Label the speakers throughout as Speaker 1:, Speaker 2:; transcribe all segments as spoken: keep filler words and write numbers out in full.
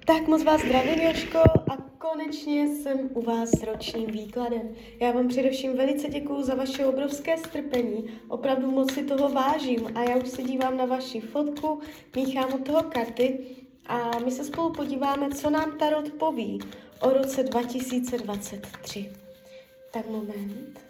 Speaker 1: Tak moc vás zdravím, Jožko, a konečně jsem u vás s ročním výkladem. Já vám především velice děkuju za vaše obrovské strpení, opravdu moc si toho vážím a já už se dívám na vaši fotku, míchám od toho karty a my se spolu podíváme, co nám Tarot poví o roce dva tisíce dvacet tři. Tak moment.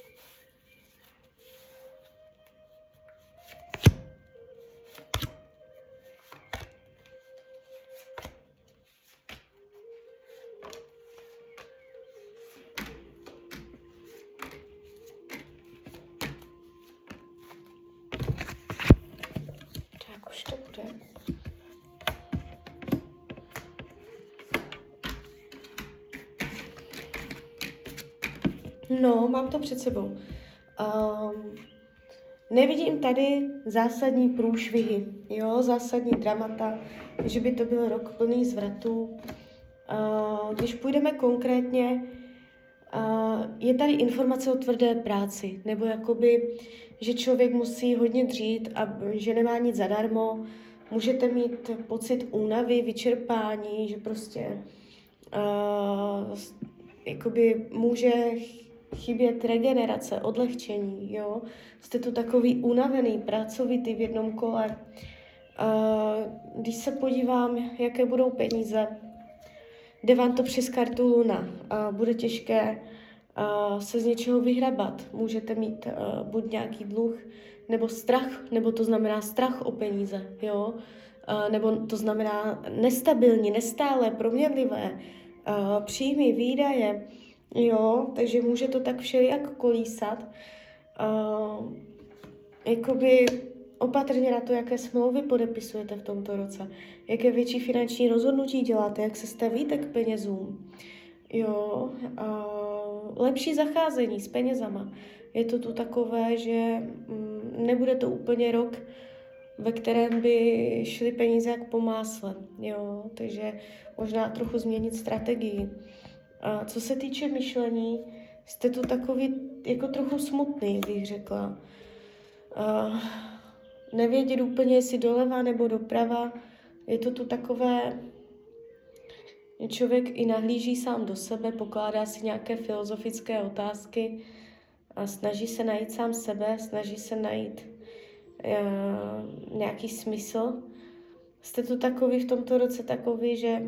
Speaker 1: Tak už to bude. No, mám to před sebou. Um, nevidím tady zásadní průšvihy, jo, zásadní dramata, že by to byl rok plný zvratů. Uh, když půjdeme konkrétně, uh, je tady informace o tvrdé práci, nebo jakoby, že člověk musí hodně dřít a že nemá nic zadarmo. Můžete mít pocit únavy, vyčerpání, že prostě uh, jakoby může chybět regenerace, odlehčení, jo. Jste tu takový unavený, pracovitý v jednom kole. Uh, když se podívám, jaké budou peníze, jde vám to přes kartu Luna. Uh, bude těžké uh, se z něčeho vyhrabat. Můžete mít uh, buď nějaký dluh, nebo strach, nebo to znamená strach o peníze, jo. Uh, nebo to znamená nestabilní, nestálé, proměnlivé uh, příjmy, výdaje, jo, takže může to tak všelijak kolísat. Uh, jakoby opatrně na to, jaké smlouvy podepisujete v tomto roce, jaké větší finanční rozhodnutí děláte, jak se stavíte k penězům. Jo, uh, lepší zacházení s penězama. Je to tu takové, že mm, nebude to úplně rok, ve kterém by šly peníze jak po másle. Jo, takže možná trochu změnit strategii. A co se týče myšlení, jste tu takový jako trochu smutný, bych řekla. Uh, nevědět úplně, jestli doleva nebo doprava. Je to tu takové, člověk i nahlíží sám do sebe, pokládá si nějaké filozofické otázky a snaží se najít sám sebe, snaží se najít uh, nějaký smysl. Jste tu takový v tomto roce takový, že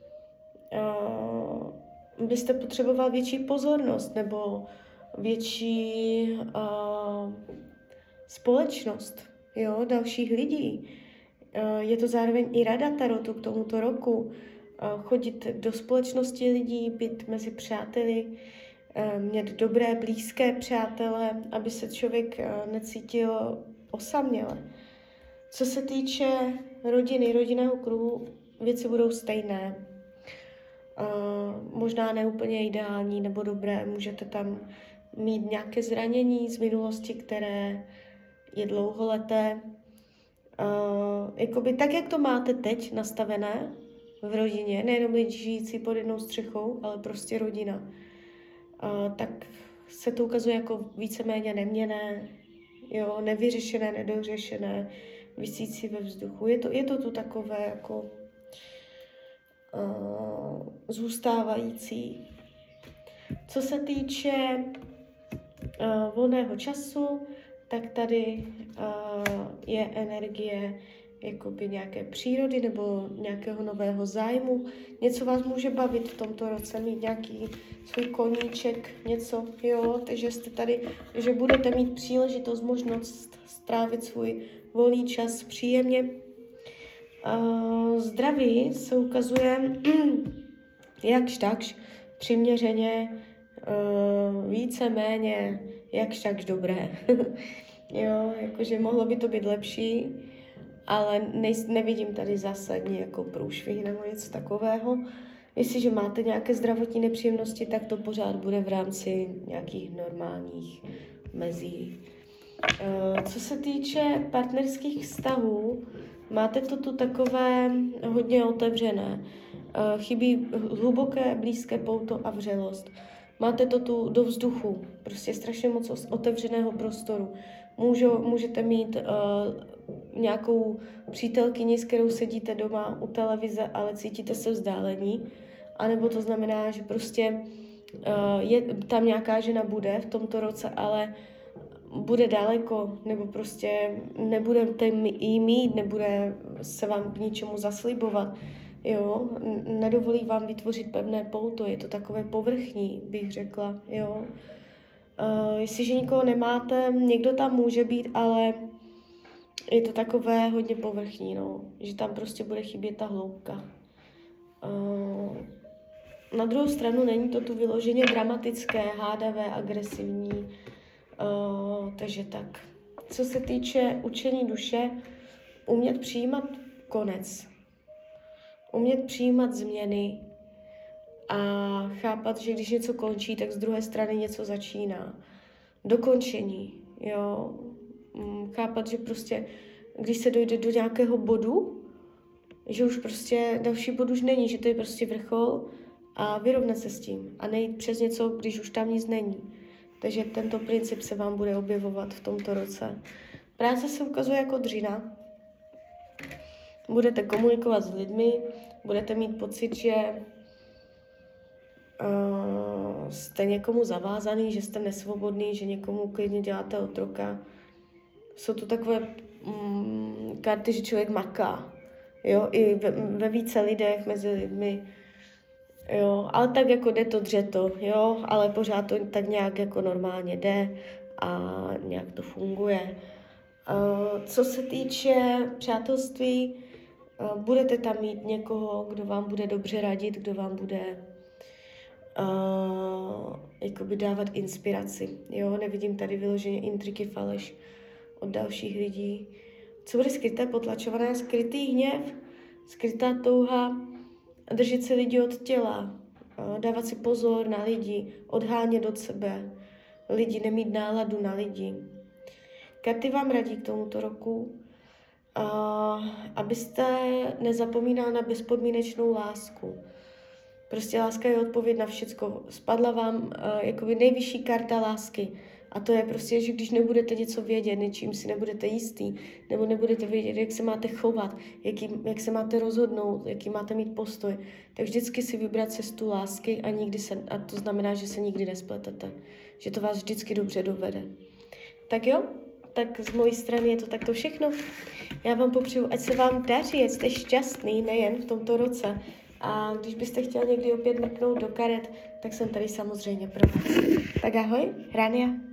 Speaker 1: uh, byste potřeboval větší pozornost nebo větší uh, společnost, jo, dalších lidí. Uh, je to zároveň i rada Tarotu k tomuto roku. Uh, chodit do společnosti lidí, být mezi přáteli, uh, mít dobré, blízké přátele, aby se člověk uh, necítil osaměle. Co se týče rodiny, rodinného kruhu, věci budou stejné. Uh, možná neúplně ideální nebo dobré, můžete tam mít nějaké zranění z minulosti, které je dlouholeté. Uh, jakoby tak, jak to máte teď nastavené v rodině, nejenom lidi žijící pod jednou střechou, ale prostě rodina, uh, tak se to ukazuje jako víceméně neměnné, jo, nevyřešené, nedořešené, visící ve vzduchu. Je to, je to tu takové jako Uh, zůstávající. Co se týče uh, volného času, tak tady uh, je energie jakoby nějaké přírody nebo nějakého nového zájmu. Něco vás může bavit v tomto roce, mít nějaký svůj koníček, něco, jo, takže jste tady, že budete mít příležitost, možnost strávit svůj volný čas příjemně. Uh, zdraví se ukazuje jakž takž přiměřeně, uh, více-méně jakž takž dobré. Jo, jakože mohlo by to být lepší, ale nej, nevidím tady zásadní jako průšvih nebo něco takového. Jestliže máte nějaké zdravotní nepříjemnosti, tak to pořád bude v rámci nějakých normálních mezí. Uh, co se týče partnerských vztahů, máte to tu takové hodně otevřené. Chybí hluboké, blízké pouto a vřelost. Máte to tu do vzduchu, prostě strašně moc otevřeného prostoru. Můžu, můžete mít uh, nějakou přítelkyni, s kterou sedíte doma u televize, ale cítíte se vzdálení. A nebo to znamená, že prostě uh, je, tam nějaká žena bude v tomto roce, ale bude daleko, nebo prostě nebudete jí mít, nebude se vám k ničemu zaslibovat, jo, nedovolí vám vytvořit pevné pouto, je to takové povrchní, bych řekla, jo. Uh, jestliže nikoho nemáte, někdo tam může být, ale je to takové hodně povrchní, no, že tam prostě bude chybět ta hloubka. Uh, na druhou stranu není to tu vyloženě dramatické, hádavé, agresivní, uh, takže tak. Co se týče učení duše, umět přijímat konec, umět přijímat změny a chápat, že když něco končí, tak z druhé strany něco začíná. Dokončení, jo. Chápat, že prostě, když se dojde do nějakého bodu, že už prostě další bod už není, že to je prostě vrchol a vyrovnat se s tím a nejít přes něco, když už tam nic není. Takže tento princip se vám bude objevovat v tomto roce. Práce se ukazuje jako dřina. Budete komunikovat s lidmi, budete mít pocit, že uh, jste někomu zavázaný, že jste nesvobodný, že někomu klidně děláte otroka. Jsou to takové mm, karty, že člověk maká. Jo, i ve, ve více lidech, mezi lidmi. Jo, ale tak jako jde to, dře to, jo, ale pořád to tak nějak jako normálně jde a nějak to funguje. Uh, co se týče přátelství, uh, budete tam mít někoho, kdo vám bude dobře radit, kdo vám bude uh, jakoby dávat inspiraci. Jo, nevidím tady vyloženě intriky, faleš od dalších lidí. Co bude skryté, potlačované, skrytý hněv, skrytá touha, držet se lidi od těla, dávat si pozor na lidi, odhánět od sebe, lidi, nemít náladu na lidi. Karty vám radí k tomuto roku, abyste nezapomínal na bezpodmínečnou lásku. Prostě láska je odpověď na všecko. Spadla vám jakoby nejvyšší karta lásky. A to je prostě, že když nebudete něco vědět, něčím si nebudete jistý, nebo nebudete vědět, jak se máte chovat, jaký, jak se máte rozhodnout, jaký máte mít postoj, tak vždycky si vybrat cestu lásky a, nikdy se, a to znamená, že se nikdy nespletete. Že to vás vždycky dobře dovede. Tak jo, tak z mojí strany je to takto všechno. Já vám popřeju, ať se vám daří, ať jste šťastný nejen v tomto roce. A když byste chtěl někdy opět mrknout do karet, tak jsem tady samozřejmě pro vás. Tak ahoj, Rania.